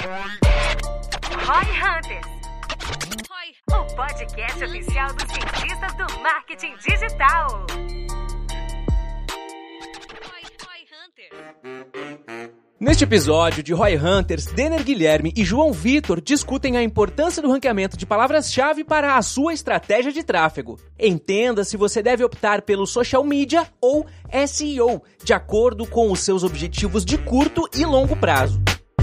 Roy Hunters, o podcast oficial dos cientistas do marketing digital. Neste episódio de Roy Hunters, Denner Guilherme e João Vitor discutem a importância do ranqueamento de palavras-chave para a sua estratégia de tráfego. Entenda se você deve optar pelo social media ou SEO, de acordo com os seus objetivos de curto e longo prazo.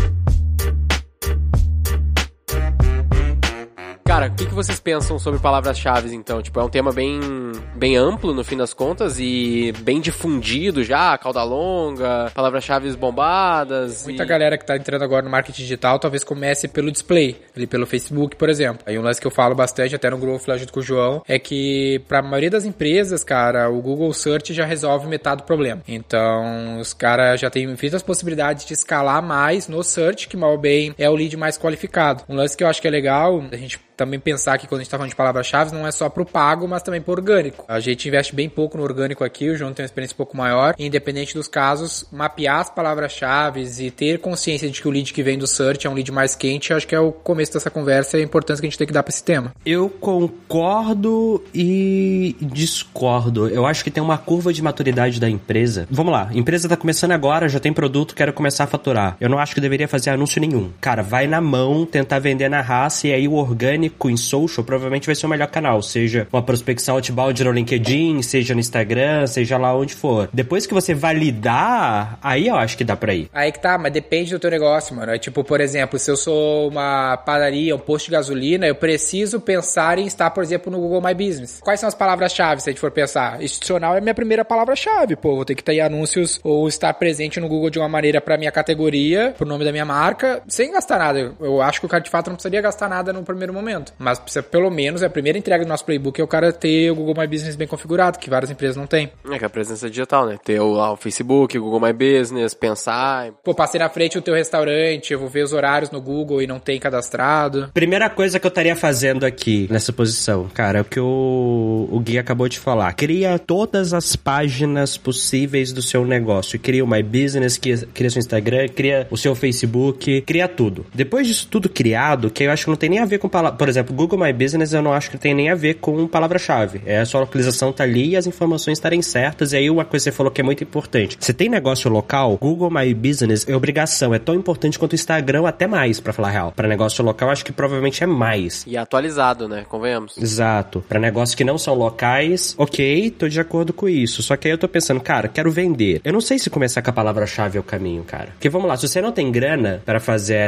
Cara, o que vocês pensam sobre palavras-chave, então? Tipo, é um tema bem amplo, no fim das contas, e bem difundido já, cauda longa, palavras-chave bombadas. Muita galera que tá entrando agora no marketing digital talvez comece pelo display, ali pelo Facebook, por exemplo. Aí um lance que eu falo bastante, até no Growth lá junto com o João, é que pra maioria das empresas, cara, o Google Search já resolve metade do problema. Então, os caras já têm infinitas possibilidades de escalar mais no Search, que mal ou bem é o lead mais qualificado. Um lance que eu acho que é legal, a gente também pensar que quando a gente tá falando de palavras-chave, não é só pro pago, mas também pro orgânico. A gente investe bem pouco no orgânico aqui, o João tem uma experiência um pouco maior, e independente dos casos, mapear as palavras-chave e ter consciência de que o lead que vem do search é um lead mais quente, acho que é o começo dessa conversa e a importância que a gente tem que dar pra esse tema. Eu concordo e discordo. Eu acho que tem uma curva de maturidade da empresa. Vamos lá, a empresa tá começando agora, já tem produto, quero começar a faturar. Eu não acho que deveria fazer anúncio nenhum. Cara, vai na mão, tentar vender na raça, e aí o orgânico em social provavelmente vai ser o melhor canal, seja uma prospecção outbound no LinkedIn, seja no Instagram, seja lá onde for. Depois que você validar, aí eu acho que dá pra ir. Aí que tá, mas depende do teu negócio, mano. É tipo, por exemplo, se eu sou uma padaria, um posto de gasolina, eu preciso pensar em estar, por exemplo, no Google My Business. Quais são as palavras-chave, se a gente for pensar? Institucional é a minha primeira palavra-chave, pô. Vou ter que ter anúncios ou estar presente no Google de uma maneira pra minha categoria, pro nome da minha marca, sem gastar nada. Eu acho que o cara de fato não precisaria gastar nada no primeiro momento. Mas precisa, pelo menos, a primeira entrega do nosso playbook é o cara ter o Google My Business bem configurado, que várias empresas não têm. É que a presença digital, né? Ter o Facebook, o Google My Business, pensar... Pô, passei na frente do teu restaurante, eu vou ver os horários no Google e não tem cadastrado. Primeira coisa que eu estaria fazendo aqui, nessa posição, cara, é o que o Gui acabou de falar. Cria todas as páginas possíveis do seu negócio. Cria o My Business, cria seu Instagram, cria o seu Facebook, cria tudo. Depois disso tudo criado, que eu acho que não tem nem a ver com por exemplo, Google My Business eu não acho que tem nem a ver com palavra-chave. É a sua localização tá ali e as informações estarem certas. E aí uma coisa que você falou que é muito importante. Você tem negócio local, Google My Business é obrigação. É tão importante quanto o Instagram, até mais, pra falar a real. Pra negócio local, acho que provavelmente é mais. E atualizado, né? Convenhamos. Exato. Pra negócios que não são locais, ok, tô de acordo com isso. Só que aí eu tô pensando, cara, quero vender. Eu não sei se começar com a palavra-chave é o caminho, cara. Porque vamos lá, se você não tem grana para fazer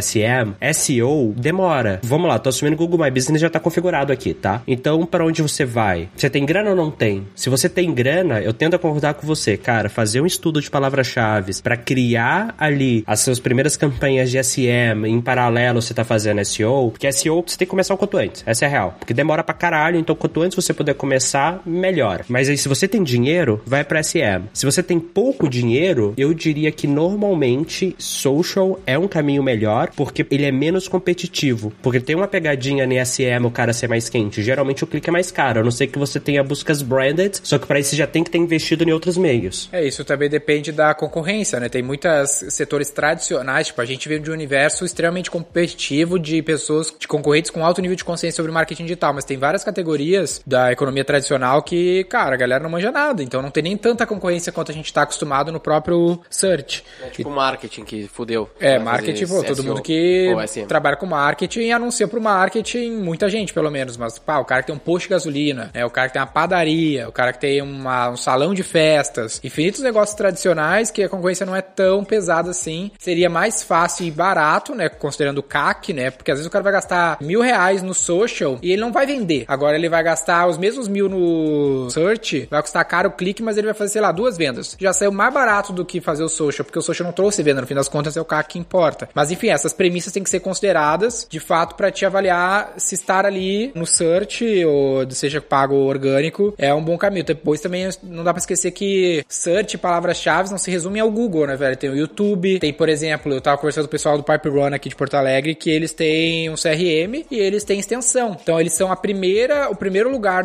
SEO, demora. Vamos lá, tô assumindo que o Google My Business já tá configurado aqui, tá? Então, pra onde você vai? Você tem grana ou não tem? Se você tem grana, eu tendo a concordar com você, cara, fazer um estudo de palavras-chave pra criar ali as suas primeiras campanhas de SEM, em paralelo você tá fazendo SEO, porque SEO você tem que começar o quanto antes, essa é a real, porque demora pra caralho, então quanto antes você puder começar, melhor. Mas aí se você tem dinheiro, vai pra SEM. Se você tem pouco dinheiro, eu diria que normalmente social é um caminho melhor, porque ele é menos competitivo, porque tem uma pegadinha em SEM, o cara ser mais quente. Geralmente o clique é mais caro, a não ser que você tenha buscas branded, só que pra isso você já tem que ter investido em outros meios. É, isso também depende da concorrência, né? Tem muitos setores tradicionais, tipo, a gente vem de um universo extremamente competitivo de pessoas, de concorrentes com alto nível de consciência sobre marketing digital, mas tem várias categorias da economia tradicional que, cara, a galera não manja nada, então não tem nem tanta concorrência quanto a gente tá acostumado no próprio search. É tipo marketing que fudeu. É, marketing, pô, todo mundo que trabalha com marketing anuncia pro marketing, muita gente pelo menos, mas pá, o cara que tem um posto de gasolina, o cara que tem uma padaria, o cara que tem um salão de festas, infinitos negócios tradicionais que a concorrência não é tão pesada assim, seria mais fácil e barato, né, considerando o CAC, né, porque às vezes o cara vai gastar R$1.000 no social e ele não vai vender, agora ele vai gastar os mesmos 1.000 no search, vai custar caro o clique, mas ele vai fazer, sei lá, 2 vendas, já saiu mais barato do que fazer o social, porque o social não trouxe venda, no fim das contas é o CAC que importa, mas enfim, essas premissas têm que ser consideradas, de fato, pra te avaliar se estar ali no search, ou seja pago ou orgânico, é um bom caminho. Depois também não dá pra esquecer que search e palavras-chave não se resumem ao Google, né, velho? Tem o YouTube, tem, por exemplo, eu tava conversando com o pessoal do Pipe Run aqui de Porto Alegre, que eles têm um CRM e eles têm extensão. Então, eles são o primeiro lugar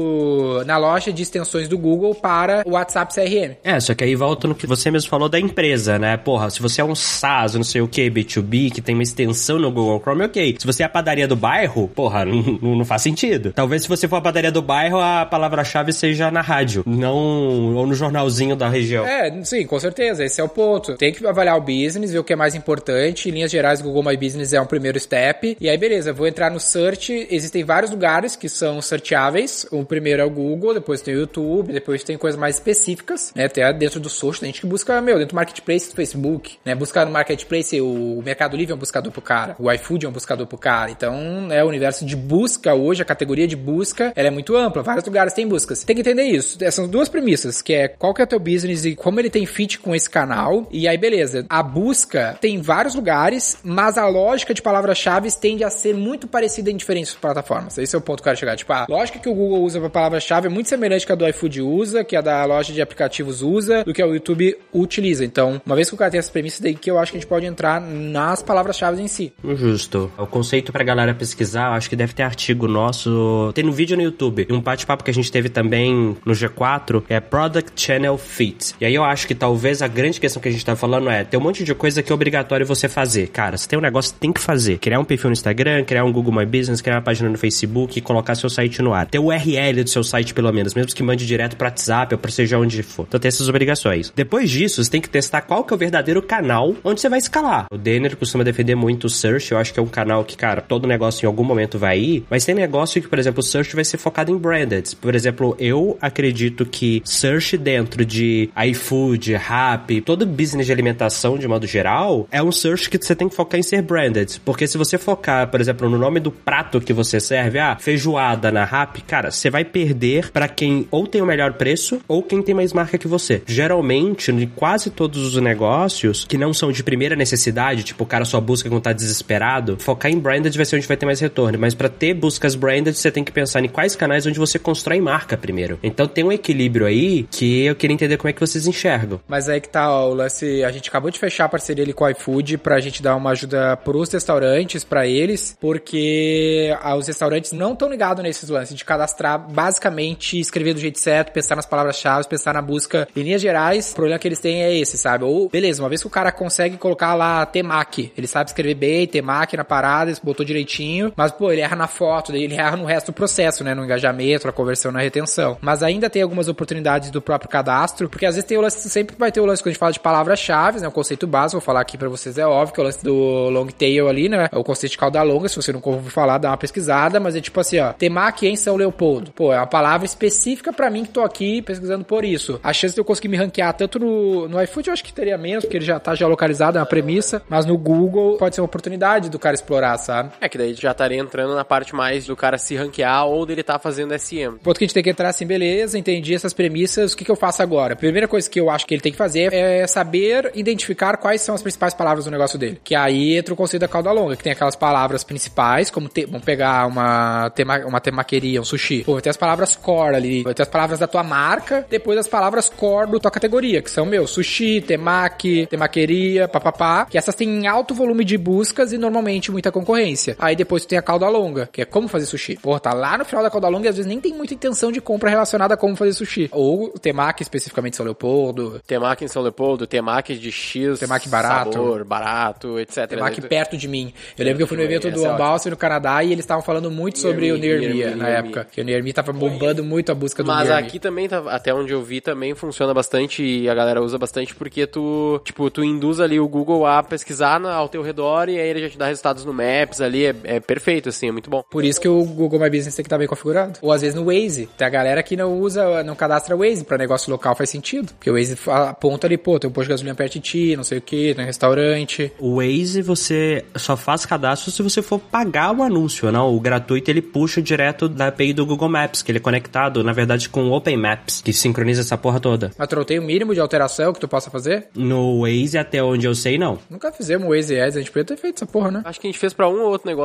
na loja de extensões do Google para o WhatsApp CRM. Só que aí volta no que você mesmo falou da empresa, né? Porra, se você é um SaaS, não sei o que, B2B, que tem uma extensão no Google Chrome, ok. Se você é a padaria do bairro, porra, não faz sentido. Talvez se você for a padaria do bairro, a palavra-chave seja na rádio, não ou no jornalzinho da região. Sim, com certeza, esse é o ponto. Tem que avaliar o business, ver o que é mais importante. Em linhas gerais, o Google My Business é um primeiro step. E aí, beleza, vou entrar no search. Existem vários lugares que são searcháveis. O primeiro é o Google, depois tem o YouTube, depois tem coisas mais específicas, né? Até dentro do social, tem gente que busca, dentro do marketplace do Facebook, né? Buscar no marketplace, o Mercado Livre é um buscador pro cara, o iFood é um buscador pro cara. Então, o universo de busca hoje, a categoria de busca, ela é muito ampla. Vários lugares têm buscas. Tem que entender isso. Essas são duas premissas, que é qual que é o teu business e como ele tem fit com esse canal. E aí, beleza. A busca tem vários lugares, mas a lógica de palavras-chave tende a ser muito parecida em diferentes plataformas. Esse é o ponto que eu quero chegar. Tipo, a lógica que o Google usa para palavra-chave é muito semelhante que a do iFood usa, que a da loja de aplicativos usa, do que o YouTube utiliza. Então, uma vez que o cara tem essa premissa, daí que eu acho que a gente pode entrar nas palavras-chave em si. Justo. O conceito pra galera pesquisar, eu acho que deve ter artigo nosso. Tem no vídeo no YouTube. Um bate-papo que a gente teve também no G4 é Product Channel Fit. E aí eu acho que talvez a grande questão que a gente tá falando é, tem um monte de coisa que é obrigatório você fazer. Cara, se tem um negócio, tem que fazer. Criar um perfil no Instagram, criar um Google My Business, criar uma página no Facebook e colocar seu site no ar. Ter o URL do seu site, pelo menos, mesmo que mande direto pro WhatsApp ou pra seja onde for. Então tem essas obrigações. Depois disso, você tem que testar qual que é o verdadeiro canal onde você vai escalar. O Denner costuma defender muito o Search. Eu acho que é um canal que, cara, todo negócio em algum momento vai ir. Mas tem negócio que, por exemplo, o Search vai ser focado em branded. Por exemplo, eu acredito que Search dentro de iFood, Rappi, todo business de alimentação de modo geral, é um Search que você tem que focar em ser branded. Porque se você focar, por exemplo, no nome do prato que você serve, feijoada na Rappi, cara, você vai perder pra quem ou tem o melhor preço ou quem tem mais marca que você. Geralmente, em quase todos os negócios que não são de primeira necessidade, tipo o cara só busca quando tá desesperado, focar em branded vai ser onde vai ter mais retorno. Mas pra ter buscas branded, você tem que pensar em quais canais onde você constrói marca primeiro. Então tem um equilíbrio aí que eu queria entender como é que vocês enxergam. Mas aí que tá, o lance, a gente acabou de fechar a parceria ali com o iFood pra gente dar uma ajuda pros restaurantes, pra eles, porque os restaurantes não estão ligados nesses lances de cadastrar, basicamente, escrever do jeito certo, pensar nas palavras-chave, pensar na busca. Em linhas gerais, o problema que eles têm é esse, sabe? Ou, beleza, uma vez que o cara consegue colocar lá temaki, ele sabe escrever bem, temaki na parada, ele botou direitinho, mas, pô, ele erra na foto, daí ele erra no resto do processo, né? No engajamento, na conversão, na retenção. Mas ainda tem algumas oportunidades do próprio cadastro, porque às vezes tem o lance, sempre vai ter o lance quando a gente fala de palavras-chave, né? O conceito básico, vou falar aqui pra vocês, é óbvio, que é o lance do long tail ali, né? O conceito de cauda longa, se você não ouviu falar, dá uma pesquisada, mas é tipo assim, temaki em São Leopoldo. Pô, é uma palavra específica pra mim que tô aqui pesquisando por isso. A chance de eu conseguir me ranquear tanto no iFood eu acho que teria menos, porque ele já tá localizado, é uma premissa, mas no Google pode ser uma oportunidade do cara explorar, sabe? É que daí já estaria entrando na parte mais do cara se ranquear ou dele tá fazendo SM. O ponto que a gente tem que entrar assim, beleza, entendi essas premissas, o que eu faço agora? A primeira coisa que eu acho que ele tem que fazer é saber identificar quais são as principais palavras do negócio dele. Que aí entra o conceito da cauda longa, que tem aquelas palavras principais, como vamos pegar uma temaqueria, um sushi. Pô, vai ter as palavras core ali, vai ter as palavras da tua marca, depois as palavras core da tua categoria, que são, sushi, temaki, temaqueria, papapá, que essas têm alto volume de buscas e normalmente muita concorrência. Aí depois tu tem a cauda longa, que é como fazer sushi. Pô, tá lá no final da cauda longa e às vezes nem tem muita intenção de compra relacionada a como fazer sushi. Ou o temaki especificamente em São Leopoldo. Temaki em São Leopoldo, temaki de X, temaki barato, sabor, barato, etc. Temaki perto de mim. Eu lembro que eu fui no evento do Unbound no Canadá e eles estavam falando muito sobre o Near Me na época. Que o Near Me tava bombando muito a busca do Near Me. Mas aqui também, até onde eu vi, também funciona bastante e a galera usa bastante porque tu induz ali o Google a pesquisar ao teu redor e aí ele já te dá resultados no Maps ali, é perfeito, assim, é muito bom. Por isso que o Google My Business tem que estar bem configurado. Ou às vezes no Waze. Tem a galera que não cadastra Waze pra negócio local, faz sentido. Porque o Waze aponta ali, pô, tem um posto de gasolina perto de ti, não sei o que, tem um restaurante. O Waze você só faz cadastro se você for pagar o anúncio, não? O gratuito ele puxa direto da API do Google Maps, que ele é conectado, na verdade, com o Open Maps, que sincroniza essa porra toda. Mas tu não tem o mínimo de alteração que tu possa fazer? No Waze, até onde eu sei, não. Nunca fizemos Waze Ads, a gente podia ter feito essa porra, né? Acho que a gente fez pra um ou outro negócio local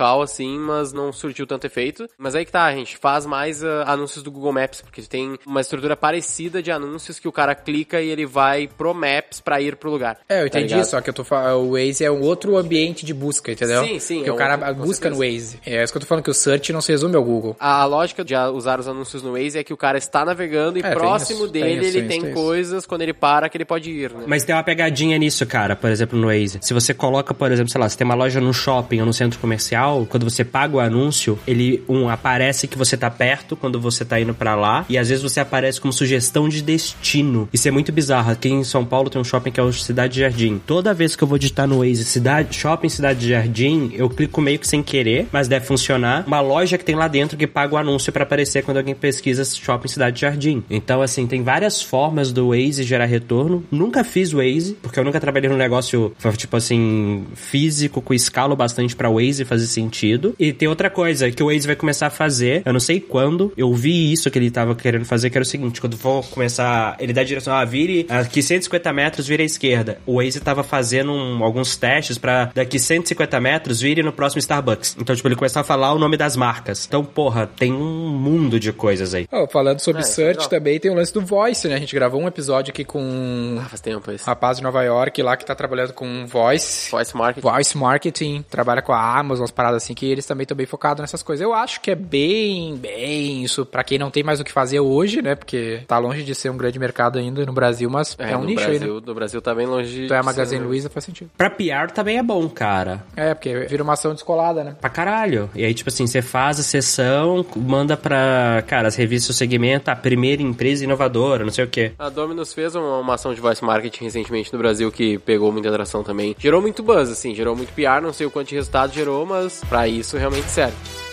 local, assim, mas não surtiu tanto efeito. Mas aí que tá, a gente faz mais anúncios do Google Maps, porque tem uma estrutura parecida de anúncios que o cara clica e ele vai pro Maps pra ir pro lugar. Eu entendi, só que eu tô falando, o Waze é um outro ambiente de busca, entendeu? Sim. Que o cara busca no Waze. É isso que eu tô falando, que o search não se resume ao Google. A lógica de usar os anúncios no Waze é que o cara está navegando e próximo dele ele tem coisas quando ele para que ele pode ir, né? Mas tem uma pegadinha nisso, cara. Por exemplo, no Waze. Se você coloca, por exemplo, sei lá, se tem uma loja no shopping ou no centro comercial, quando você paga o anúncio, ele, aparece que você tá perto quando você tá indo pra lá, e às vezes você aparece como sugestão de destino. Isso é muito bizarro. Aqui em São Paulo tem um shopping que é o Cidade Jardim. Toda vez que eu vou digitar no Waze Shopping Cidade Jardim, eu clico meio que sem querer, mas deve funcionar. Uma loja que tem lá dentro que paga o anúncio pra aparecer quando alguém pesquisa Shopping Cidade Jardim. Então, assim, tem várias formas do Waze gerar retorno. Nunca fiz Waze, porque eu nunca trabalhei num negócio, tipo assim, físico, com escala bastante pra Waze fazer sentido. E tem outra coisa que o Waze vai começar a fazer, eu não sei quando, eu vi isso que ele tava querendo fazer, que era o seguinte, quando for começar, ele dá a direção, vire aqui 150 metros, vire à esquerda. O Waze tava fazendo alguns testes pra daqui 150 metros, vire no próximo Starbucks. Então, tipo, ele começar a falar o nome das marcas. Então, porra, tem um mundo de coisas aí. Falando sobre search também, tem o lance do Voice, né? A gente gravou um episódio aqui com faz tempo isso. Um rapaz de Nova York lá que tá trabalhando com Voice Marketing, trabalha com a Amazon, umas paradas assim, que eles também estão bem focados nessas coisas. Eu acho que é bem isso pra quem não tem mais o que fazer hoje, né? Porque tá longe de ser um grande mercado ainda no Brasil, mas é um nicho aí, né? No Brasil tá bem longe de então a Magazine Luiza faz sentido. Pra PR também é bom, cara. Porque vira uma ação descolada, né? Pra caralho. E aí, tipo assim, você faz a sessão, manda pra, cara, as revistas do segmento, a primeira empresa inovadora, não sei o quê. A Domino's fez uma ação de voice marketing recentemente no Brasil que pegou muita atração também. Gerou muito buzz, assim, gerou muito PR, não sei o quanto de resultado gerou, mas pra isso realmente serve.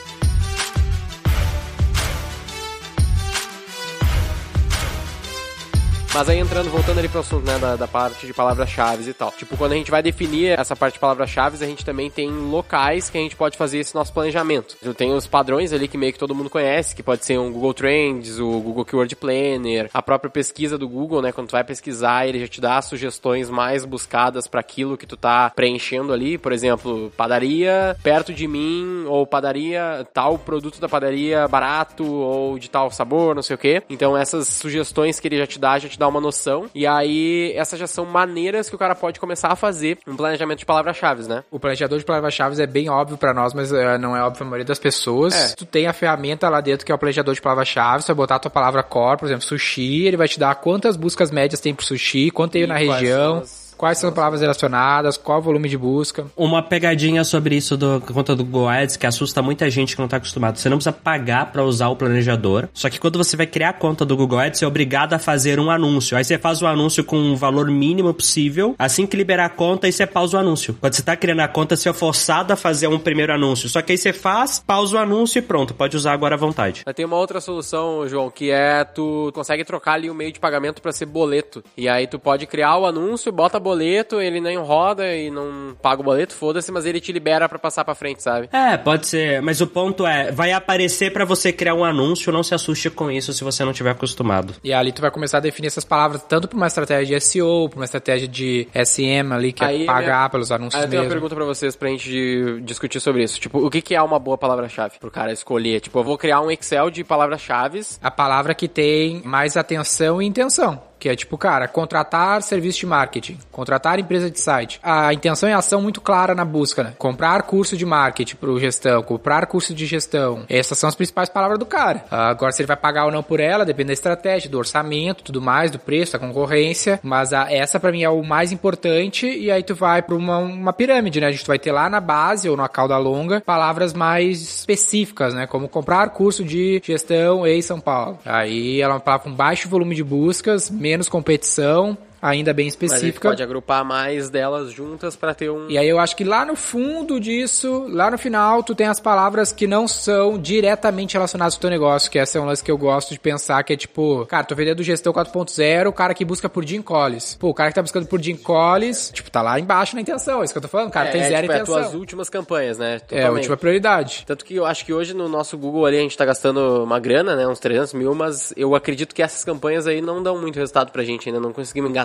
Mas aí voltando ali pro assunto, né, da parte de palavras-chave e tal. Tipo, quando a gente vai definir essa parte de palavras-chave, a gente também tem locais que a gente pode fazer esse nosso planejamento. Tem os padrões ali que meio que todo mundo conhece, que pode ser um Google Trends, o Google Keyword Planner, a própria pesquisa do Google, né, quando tu vai pesquisar, ele já te dá sugestões mais buscadas para aquilo que tu tá preenchendo ali. Por exemplo, padaria perto de mim, ou padaria, tal produto da padaria barato, ou de tal sabor, não sei o quê. Então essas sugestões que ele já te dá uma noção, e aí essas já são maneiras que o cara pode começar a fazer um planejamento de palavras-chave, né? O planejador de palavras-chave é bem óbvio pra nós, mas não é óbvio pra maioria das pessoas. Tu tem a ferramenta lá dentro que é o planejador de palavras-chave, você vai botar a tua palavra core, por exemplo, sushi, ele vai te dar quantas buscas médias tem pro sushi, quanto tem na região. Quais são as palavras relacionadas, qual o volume de busca. Uma pegadinha sobre isso da conta do Google Ads que assusta muita gente que não tá acostumado. Você não precisa pagar pra usar o planejador, só que quando você vai criar a conta do Google Ads, você é obrigado a fazer um anúncio. Aí você faz o anúncio com o valor mínimo possível, assim que liberar a conta, aí você pausa o anúncio. Quando você tá criando a conta, você é forçado a fazer um primeiro anúncio. Só que aí você faz, pausa o anúncio e pronto, pode usar agora à vontade. Tem uma outra solução, João, que é tu consegue trocar ali o meio de pagamento pra ser boleto. E aí tu pode criar o anúncio, bota boleto, ele nem roda e não paga o boleto, foda-se, mas ele te libera pra passar pra frente, sabe? Pode ser, mas o ponto é, vai aparecer pra você criar um anúncio, não se assuste com isso se você não tiver acostumado. E ali tu vai começar a definir essas palavras, tanto pra uma estratégia de SEO, pra uma estratégia de SM ali, que é pagar pelos anúncios mesmo. Aí eu tenho uma pergunta pra vocês pra gente discutir sobre isso. Tipo, o que é uma boa palavra-chave pro cara escolher? Tipo, eu vou criar um Excel de palavras-chave. A palavra que tem mais atenção e intenção. Que é tipo, cara, contratar serviço de marketing, contratar empresa de site. A intenção e a ação muito clara na busca, né? Comprar curso de marketing pro gestão, comprar curso de gestão. Essas são as principais palavras do cara. Agora, se ele vai pagar ou não por ela, depende da estratégia, do orçamento, tudo mais, do preço, da concorrência. Mas essa pra mim é o mais importante, e aí tu vai pra uma pirâmide, né? A gente vai ter lá na base ou na cauda longa palavras mais específicas, né? Como comprar curso de gestão em São Paulo. Aí ela é uma palavra com baixo volume de buscas, menos competição, ainda bem específica. Mas a gente pode agrupar mais delas juntas pra ter um... E aí eu acho que lá no fundo disso, lá no final, tu tem as palavras que não são diretamente relacionadas ao teu negócio, que essa é um lance que eu gosto de pensar, que é tipo, cara, tô vendendo gestão 4.0, o cara que busca por Jim Collins. Pô, o cara que tá buscando por Jim Collins, tipo, tá lá embaixo na intenção, é isso que eu tô falando, o cara tem zero intenção. É tuas últimas campanhas, né? Totalmente. É a última prioridade. Tanto que eu acho que hoje no nosso Google ali a gente tá gastando uma grana, né, uns 300 mil, mas eu acredito que essas campanhas aí não dão muito resultado pra gente ainda, não conseguimos engatar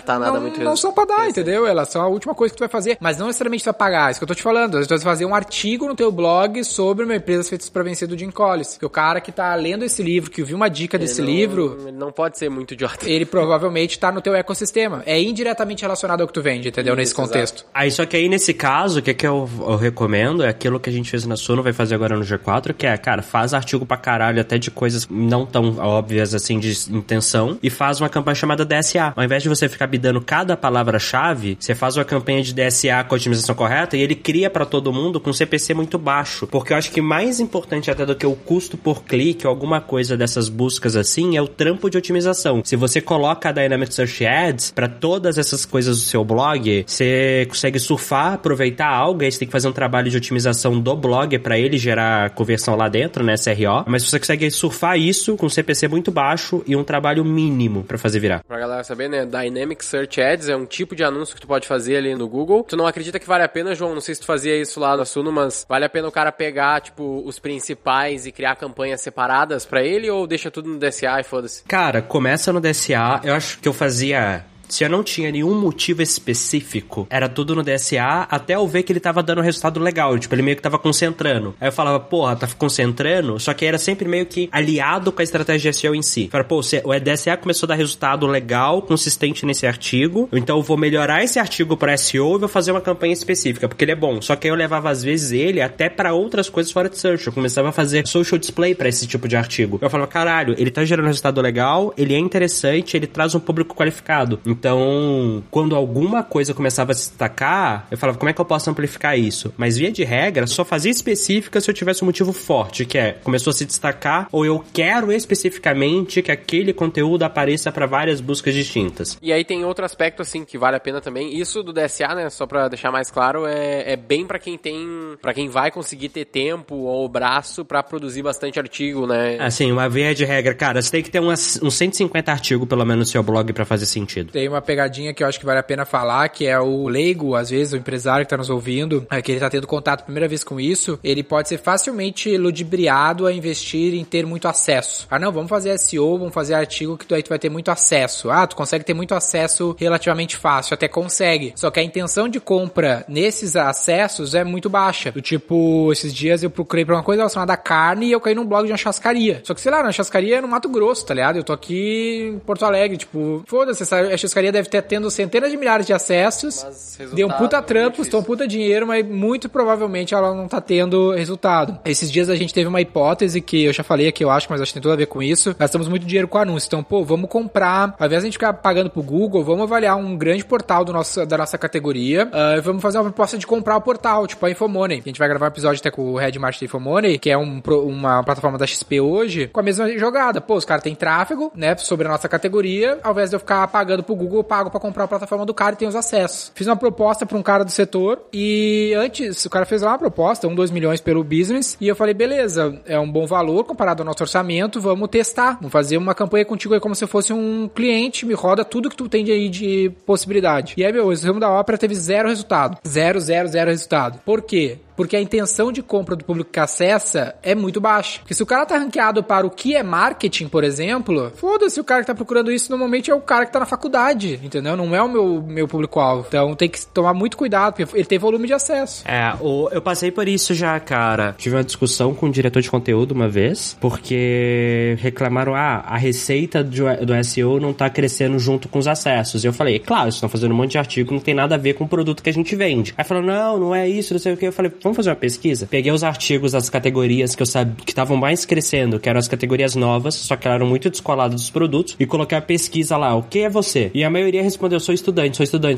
botar nada muito não são pra dar, entendeu? Elas são a última coisa que tu vai fazer, mas não necessariamente tu vai pagar, isso que eu tô te falando. Tu vai fazer um artigo no teu blog sobre uma empresa feita pra vencer do Jim Collins. Porque o cara que tá lendo esse livro, que viu uma dica desse livro... Ele não pode ser muito idiota. Ele provavelmente tá no teu ecossistema. É indiretamente relacionado ao que tu vende, entendeu? Nesse contexto. Exato. Aí, só que aí, nesse caso, o que eu recomendo é aquilo que a gente fez na Suno, vai fazer agora no G4, que é, cara, faz artigo pra caralho, até de coisas não tão óbvias, assim, de intenção, e faz uma campanha chamada DSA. Ao invés de você ficar bidando cada palavra-chave, você faz uma campanha de DSA com a otimização correta e ele cria pra todo mundo com CPC muito baixo. Porque eu acho que mais importante até do que o custo por clique ou alguma coisa dessas buscas assim, é o trampo de otimização. Se você coloca a Dynamic Search Ads pra todas essas coisas do seu blog, você consegue surfar, aproveitar algo, aí você tem que fazer um trabalho de otimização do blog pra ele gerar conversão lá dentro, né, SRO, mas você consegue surfar isso com CPC muito baixo e um trabalho mínimo pra fazer virar. Pra galera saber, né, Dynamic Search Ads é um tipo de anúncio que tu pode fazer ali no Google. Tu não acredita que vale a pena, João? Não sei se tu fazia isso lá na Suno, mas vale a pena o cara pegar, tipo, os principais e criar campanhas separadas pra ele, ou deixa tudo no DSA e foda-se? Cara, começa no DSA. Eu acho que eu fazia... Se eu não tinha nenhum motivo específico, era tudo no DSA, até eu ver que ele tava dando um resultado legal. Tipo, ele meio que tava concentrando. Aí eu falava, porra, tá concentrando, só que era sempre meio que aliado com a estratégia de SEO em si. Eu falava, pô, o DSA começou a dar resultado legal, consistente nesse artigo, então eu vou melhorar esse artigo pra SEO e vou fazer uma campanha específica, porque ele é bom. Só que aí eu levava, às vezes, ele até pra outras coisas fora de search. Eu começava a fazer social display pra esse tipo de artigo. Eu falava, caralho, ele tá gerando resultado legal, ele é interessante, ele traz um público qualificado. Então, quando alguma coisa começava a se destacar, eu falava, como é que eu posso amplificar isso? Mas via de regra, só fazia específica se eu tivesse um motivo forte, que é, começou a se destacar, ou eu quero especificamente que aquele conteúdo apareça para várias buscas distintas. E aí tem outro aspecto, assim, que vale a pena também. Isso do DSA, né, só pra deixar mais claro, é bem pra quem pra quem vai conseguir ter tempo ou braço pra produzir bastante artigo, né? Assim, uma via de regra, cara, você tem que ter uns 150 artigos, pelo menos, no seu blog pra fazer sentido. Tem uma pegadinha que eu acho que vale a pena falar, que é o leigo, às vezes, o empresário que tá nos ouvindo, que ele tá tendo contato a primeira vez com isso, ele pode ser facilmente ludibriado a investir em ter muito acesso. Ah, não, vamos fazer SEO, vamos fazer artigo que aí tu vai ter muito acesso. Ah, tu consegue ter muito acesso relativamente fácil, até consegue. Só que a intenção de compra nesses acessos é muito baixa. Do tipo, esses dias eu procurei pra uma coisa relacionada à carne e eu caí num blog de uma chascaria. Só que, sei lá, na chascaria é no Mato Grosso, tá ligado? Eu tô aqui em Porto Alegre, tipo, foda-se, essa chascaria deve ter tendo centenas de milhares de acessos, deu um puta trampo, custou um puta dinheiro, mas muito provavelmente ela não tá tendo resultado. Esses dias a gente teve uma hipótese que eu já falei aqui, eu acho, mas acho que tem tudo a ver com isso. Gastamos muito dinheiro com anúncio. Então, pô, vamos comprar, ao invés de a gente ficar pagando pro Google, vamos avaliar um grande portal da nossa categoria, e vamos fazer uma proposta de comprar o portal, tipo a Infomoney. A gente vai gravar um episódio até com o Head Marketing da Infomoney, que é uma plataforma da XP hoje, com a mesma jogada. Pô, os caras têm tráfego, né, sobre a nossa categoria, ao invés de eu ficar pagando pro Google, eu pago pra comprar a plataforma do cara e tem os acessos. Fiz uma proposta pra um cara do setor e antes, o cara fez lá uma proposta, 2 milhões pelo business, e eu falei, beleza, é um bom valor comparado ao nosso orçamento, vamos testar, vamos fazer uma campanha contigo aí como se fosse um cliente, me roda tudo que tu tem aí de possibilidade. E aí, meu, o resumo da ópera teve 0 resultado. 0 resultado. Por quê? Porque a intenção de compra do público que acessa é muito baixa. Porque se o cara tá ranqueado para o que é marketing, por exemplo, foda-se, o cara que tá procurando isso normalmente é o cara que tá na faculdade, entendeu? Não é o meu público-alvo. Então tem que tomar muito cuidado, porque ele tem volume de acesso. Eu passei por isso já, cara. Tive uma discussão com o diretor de conteúdo uma vez, porque reclamaram, a receita do SEO não tá crescendo junto com os acessos. E eu falei, claro, vocês estão fazendo um monte de artigo, não tem nada a ver com o produto que a gente vende. Aí falou, não é isso, não sei o que. Eu falei, vamos fazer uma pesquisa? Peguei os artigos das categorias que eu sabia que estavam mais crescendo, que eram as categorias novas, só que elas eram muito descoladas dos produtos, e coloquei a pesquisa lá, o que é você? E a maioria respondeu, sou estudante.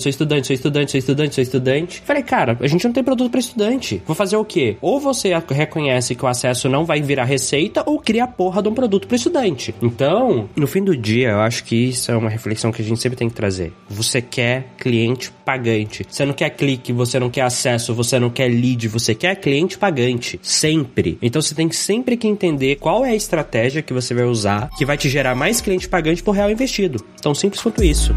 Falei, cara, a gente não tem produto pra estudante. Vou fazer o quê? Ou você reconhece que o acesso não vai virar receita, ou cria a porra de um produto pro estudante. Então, no fim do dia, eu acho que isso é uma reflexão que a gente sempre tem que trazer. Você quer cliente pagante. Você não quer clique, você não quer acesso, você não quer lead, você quer cliente pagante. Sempre. Então você tem sempre que entender qual é a estratégia que você vai usar que vai te gerar mais cliente pagante por real investido. Tão simples quanto isso.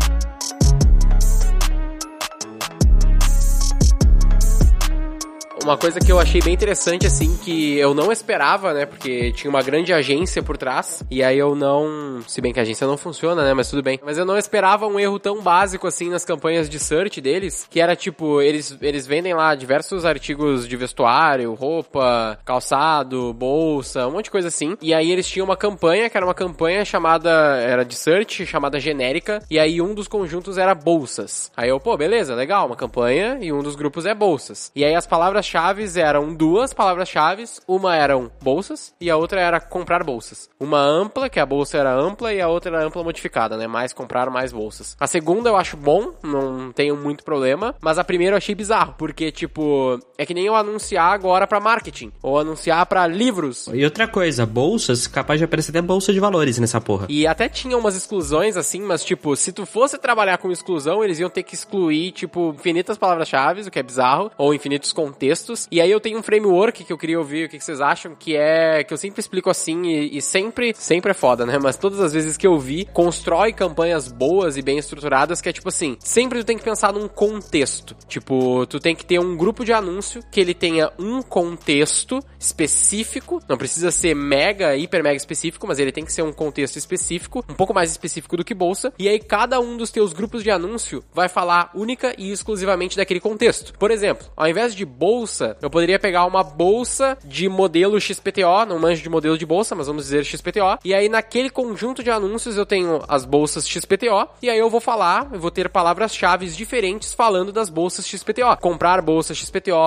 Uma coisa que eu achei bem interessante, assim, que eu não esperava, né? Porque tinha uma grande agência por trás. E aí eu não... Se bem que a agência não funciona, né? Mas tudo bem. Mas eu não esperava um erro tão básico, assim, nas campanhas de search deles. Que era, tipo, eles vendem lá diversos artigos de vestuário, roupa, calçado, bolsa, um monte de coisa assim. E aí eles tinham uma campanha, que era uma campanha chamada... Era de search, chamada genérica. E aí um dos conjuntos era bolsas. Aí eu, pô, beleza, legal. Uma campanha e um dos grupos é bolsas. E aí as palavras-chave eram duas palavras-chave. Uma eram bolsas e a outra era comprar bolsas. Uma ampla, que a bolsa era ampla, e a outra era ampla modificada, né? Mais comprar, mais bolsas. A segunda eu acho bom, não tenho muito problema, mas a primeira eu achei bizarro, porque, tipo, é que nem eu anunciar agora pra marketing, ou anunciar pra livros. E outra coisa, bolsas, capaz de aparecer até bolsa de valores nessa porra. E até tinha umas exclusões, assim, mas, tipo, se tu fosse trabalhar com exclusão, eles iam ter que excluir, tipo, infinitas palavras-chave, o que é bizarro, ou infinitos contextos. E aí eu tenho um framework que eu queria ouvir o que vocês acham, que eu sempre explico assim, e sempre é foda, né? Mas todas as vezes que eu vi, constrói campanhas boas e bem estruturadas, que é tipo assim, sempre tu tem que pensar num contexto. Tipo, tu tem que ter um grupo de anúncio que ele tenha um contexto específico, não precisa ser hiper mega específico, mas ele tem que ser um contexto específico, um pouco mais específico do que bolsa, e aí cada um dos teus grupos de anúncio vai falar única e exclusivamente daquele contexto. Por exemplo, ao invés de bolsa, eu poderia pegar uma bolsa de modelo XPTO, não manjo de modelo de bolsa, mas vamos dizer XPTO, e aí naquele conjunto de anúncios eu tenho as bolsas XPTO, e aí eu vou ter palavras-chave diferentes falando das bolsas XPTO. Comprar bolsa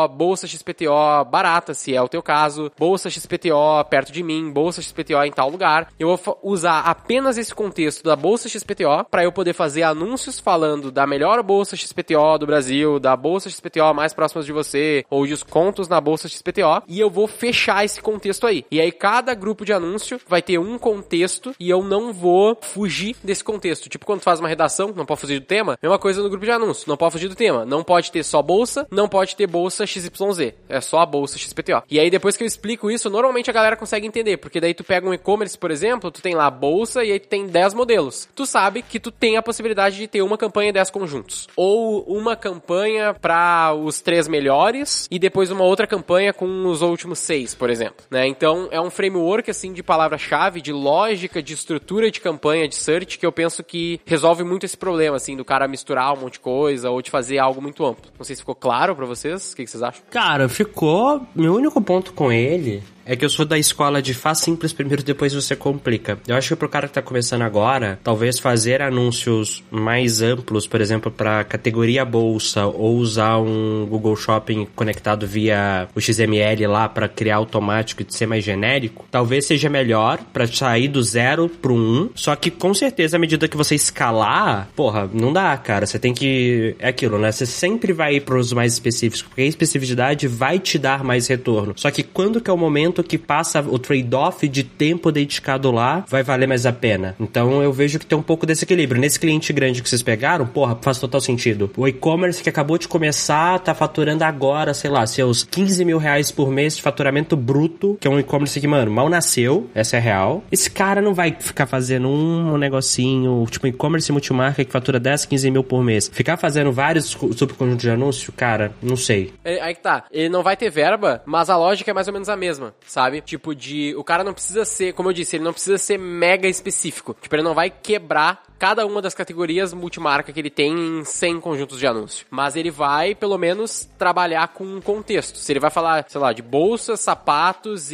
XPTO barata, se é o teu caso, bolsa XPTO perto de mim, bolsa XPTO em tal lugar. Eu vou usar apenas esse contexto da bolsa XPTO para eu poder fazer anúncios falando da melhor bolsa XPTO do Brasil, da bolsa XPTO mais próximas de você, ou descontos na bolsa XPTO, e eu vou fechar esse contexto aí. E aí cada grupo de anúncio vai ter um contexto e eu não vou fugir desse contexto. Tipo, quando tu faz uma redação, não pode fugir do tema, mesma coisa no grupo de anúncio, não pode fugir do tema. Não pode ter só bolsa, não pode ter bolsa XYZ. É só a bolsa XPTO. E aí depois que eu explico isso, normalmente a galera consegue entender, porque daí tu pega um e-commerce, por exemplo, tu tem lá a bolsa e aí tu tem 10 modelos. Tu sabe que tu tem a possibilidade de ter uma campanha e 10 conjuntos. Ou uma campanha para os 3 melhores e depois uma outra campanha com os últimos 6, por exemplo, né? Então é um framework assim de palavra-chave, de lógica, de estrutura de campanha de search que eu penso que resolve muito esse problema assim do cara misturar um monte de coisa ou de fazer algo muito amplo. Não sei se ficou claro pra vocês, o que vocês acham? Cara, ficou. Meu único ponto com ele é que eu sou da escola de faz simples primeiro, depois você complica. Eu acho que pro cara que tá começando agora, talvez fazer anúncios mais amplos, por exemplo, pra categoria bolsa, ou usar um Google Shopping conectado via o XML lá pra criar automático e ser mais genérico, talvez seja melhor pra sair do 0 pro 1, só que com certeza à medida que você escalar, porra, não dá, cara, você tem que... É aquilo, né? Você sempre vai ir pros mais específicos, porque a especificidade vai te dar mais retorno. Só que quando que é o momento que passa o trade-off de tempo dedicado lá, vai valer mais a pena. Então eu vejo que tem um pouco desse equilíbrio. Nesse cliente grande que vocês pegaram, porra, faz total sentido. O e-commerce que acabou de começar, tá faturando agora, sei lá, seus 15 mil reais por mês de faturamento bruto, que é um e-commerce que, mano, mal nasceu, essa é real. Esse cara não vai ficar fazendo um negocinho, tipo e-commerce multimarca que fatura 10, 15 mil por mês. Ficar fazendo vários subconjuntos de anúncio, cara, não sei. Aí que tá. Ele não vai ter verba, mas a lógica é mais ou menos a mesma, sabe? Tipo o cara não precisa ser, como eu disse, ele não precisa ser mega específico. Tipo, ele não vai quebrar cada uma das categorias multimarca que ele tem em 100 conjuntos de anúncio. Mas ele vai, pelo menos, trabalhar com um contexto. Se ele vai falar, sei lá, de bolsas, sapatos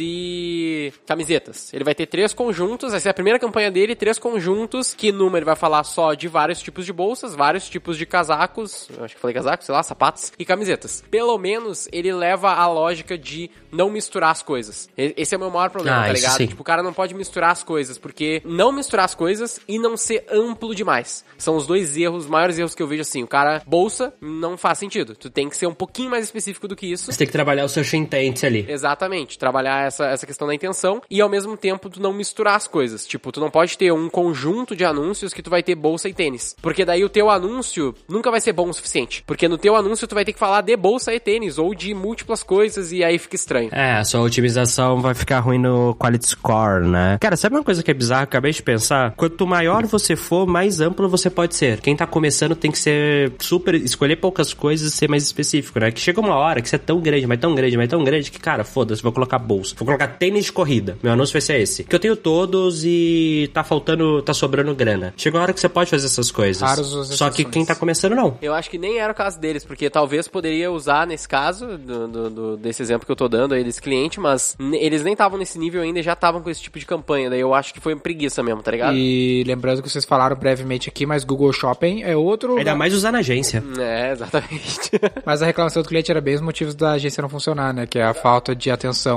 e camisetas, ele vai ter 3 conjuntos, vai ser a primeira campanha dele, 3 conjuntos, que numa ele vai falar só de vários tipos de bolsas, vários tipos de casacos, eu acho que falei casacos, sei lá, sapatos e camisetas. Pelo menos, ele leva a lógica de não misturar as coisas. Esse é o meu maior problema, tá ligado? Sim. Tipo, o cara não pode misturar as coisas, porque não misturar as coisas e não ser amplo demais. São os dois erros, maiores erros que eu vejo assim. O cara, bolsa, não faz sentido. Tu tem que ser um pouquinho mais específico do que isso. Você tem que trabalhar o seu intent ali. Exatamente. Trabalhar essa questão da intenção e ao mesmo tempo tu não misturar as coisas. Tipo, tu não pode ter um conjunto de anúncios que tu vai ter bolsa e tênis. Porque daí o teu anúncio nunca vai ser bom o suficiente. Porque no teu anúncio tu vai ter que falar de bolsa e tênis ou de múltiplas coisas e aí fica estranho. É, a sua pontuação vai ficar ruim no quality score, né? Cara, sabe uma coisa que é bizarra? Acabei de pensar. Quanto maior você for, mais amplo você pode ser. Quem tá começando tem que ser escolher poucas coisas e ser mais específico, né? Que chega uma hora que você é tão grande, mas tão grande, mas tão grande que, cara, foda-se, vou colocar bolsa. Vou colocar tênis de corrida. Meu anúncio vai ser esse. Que eu tenho todos e tá sobrando grana. Chega uma hora que você pode fazer essas coisas. Só que quem tá começando, não. Eu acho que nem era o caso deles, porque talvez poderia usar nesse caso, desse exemplo que eu tô dando aí desse cliente, mas eles nem estavam nesse nível ainda e já estavam com esse tipo de campanha. Daí eu acho que foi preguiça mesmo, tá ligado? E lembrando que vocês falaram brevemente aqui, mas Google Shopping é outro... Ainda mais usar na agência. É, exatamente. Mas a reclamação do cliente era bem os motivos da agência não funcionar, né? Que é a falta de atenção.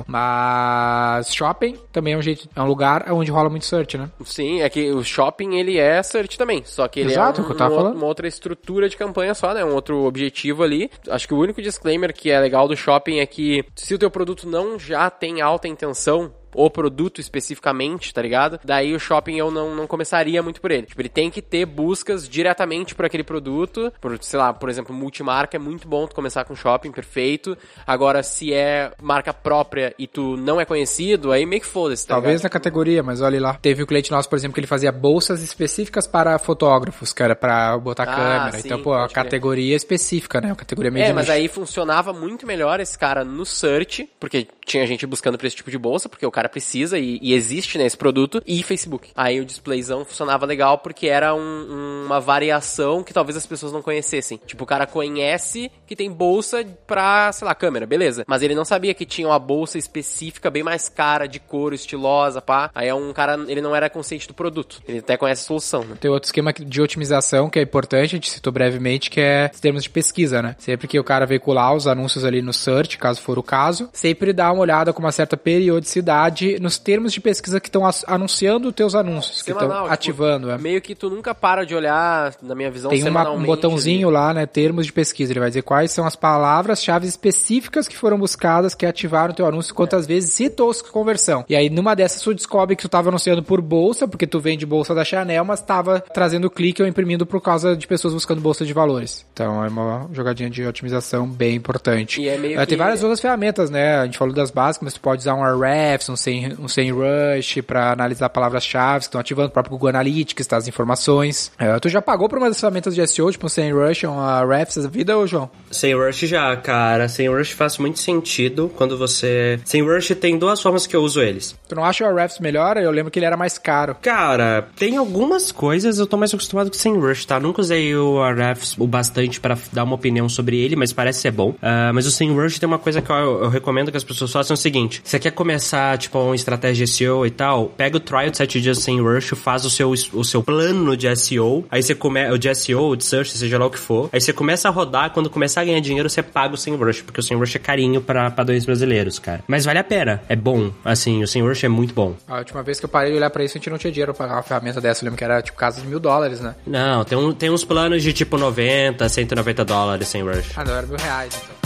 Mas shopping também é um lugar onde rola muito search, né? Sim, é que o shopping, ele é search também, só que ele Exato, uma outra estrutura de campanha só, né? Um outro objetivo ali. Acho que o único disclaimer que é legal do shopping é que se o teu produto não já tem alta intenção, o produto especificamente, tá ligado? Daí o shopping eu não começaria muito por ele. Tipo, ele tem que ter buscas diretamente por aquele produto. Sei lá, por exemplo, multimarca é muito bom tu começar com shopping, perfeito. Agora, se é marca própria e tu não é conhecido, aí meio que foda-se, tá Talvez ligado? na categoria, mas olha lá. Teve um cliente nosso, por exemplo, que ele fazia bolsas específicas para fotógrafos, que era pra botar câmera. Sim, então, pô, a categoria específica, né? A categoria meio mas aí funcionava muito melhor esse cara no search, porque tinha gente buscando por esse tipo de bolsa, porque o cara precisa e existe, né, esse produto, e Facebook. Aí o displayzão funcionava legal porque era uma variação que talvez as pessoas não conhecessem. Tipo, o cara conhece que tem bolsa pra, sei lá, câmera, beleza. Mas ele não sabia que tinha uma bolsa específica bem mais cara, de couro, estilosa, pá. Aí é um cara, ele não era consciente do produto. Ele até conhece a solução, né? Tem outro esquema de otimização que é importante, a gente citou brevemente, que é os termos de pesquisa, né? Sempre que o cara veicular os anúncios ali no search, caso for o caso, sempre dá uma olhada com uma certa periodicidade nos termos de pesquisa que estão anunciando os teus anúncios, que estão ativando. Tipo, meio que tu nunca para de olhar, na minha visão, tem um botãozinho ali lá, né, termos de pesquisa, ele vai dizer quais são as palavras-chave específicas que foram buscadas, que ativaram o teu anúncio, quantas vezes citou conversão. E aí, numa dessas, tu descobre que tu estava anunciando por bolsa, porque tu vende bolsa da Chanel, mas estava trazendo clique ou imprimindo por causa de pessoas buscando bolsa de valores. Então, é uma jogadinha de otimização bem importante. E é meio tem várias outras ferramentas, né? A gente falou das básicas, mas tu pode usar um Ahrefs, um SEMrush para analisar palavras-chave que estão ativando o próprio Google Analytics, tá, as informações. Tu já pagou por uma das ferramentas de SEO, tipo um SEMrush, um Ahrefs da vida, ou João? SEMrush já, cara. SEMrush faz muito sentido quando você... SEMrush tem duas formas que eu uso eles. Tu não acha o Ahrefs melhor? Eu lembro que ele era mais caro. Cara, tem algumas coisas, eu tô mais acostumado com o SEMrush, tá? Nunca usei o Ahrefs o bastante pra dar uma opinião sobre ele, mas parece ser bom. Mas o SEMrush tem uma coisa que eu recomendo que as pessoas façam, é o seguinte: você quer começar, tipo, uma estratégia de SEO e tal, pega o trial de 7 dias sem Rush, faz o seu plano de SEO, aí você o de SEO, de search, seja lá o que for, aí você começa a rodar, quando começar a ganhar dinheiro, você paga o SEMrush, porque o SEMrush é carinho pra padrões brasileiros, cara. Mas vale a pena, é bom, assim, o SEMrush é muito bom. A última vez que eu parei de olhar pra isso, a gente não tinha dinheiro pra pagar uma ferramenta dessa, eu lembro que era, tipo, casa de $1.000, né? Não, tem uns planos de, tipo, $90, $190 sem Rush. Ah, não, era R$1.000, então.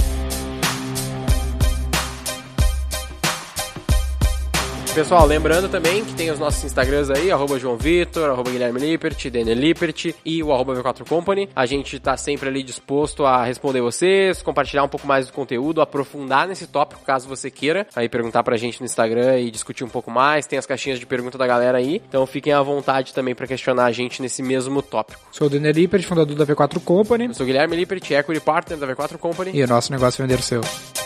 Pessoal, lembrando também que tem os nossos Instagrams aí, @JoãoVitor, @Guilherme Lippert, Daniel Lippert e o @V4 Company. A gente tá sempre ali disposto a responder vocês, compartilhar um pouco mais do conteúdo, aprofundar nesse tópico, caso você queira, aí perguntar pra gente no Instagram e discutir um pouco mais. Tem as caixinhas de pergunta da galera aí, então fiquem à vontade também pra questionar a gente nesse mesmo tópico. Sou o Daniel Lippert, fundador da V4 Company. Eu sou o Guilherme Lippert, Equity Partner da V4 Company. E o nosso negócio é vender o seu.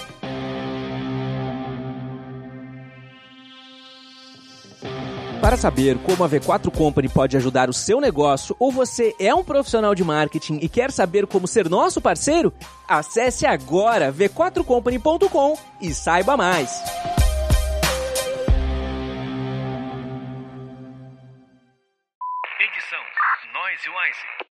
Para saber como a V4 Company pode ajudar o seu negócio, ou você é um profissional de marketing e quer saber como ser nosso parceiro, acesse agora v4company.com e saiba mais. Edição Noise Wise.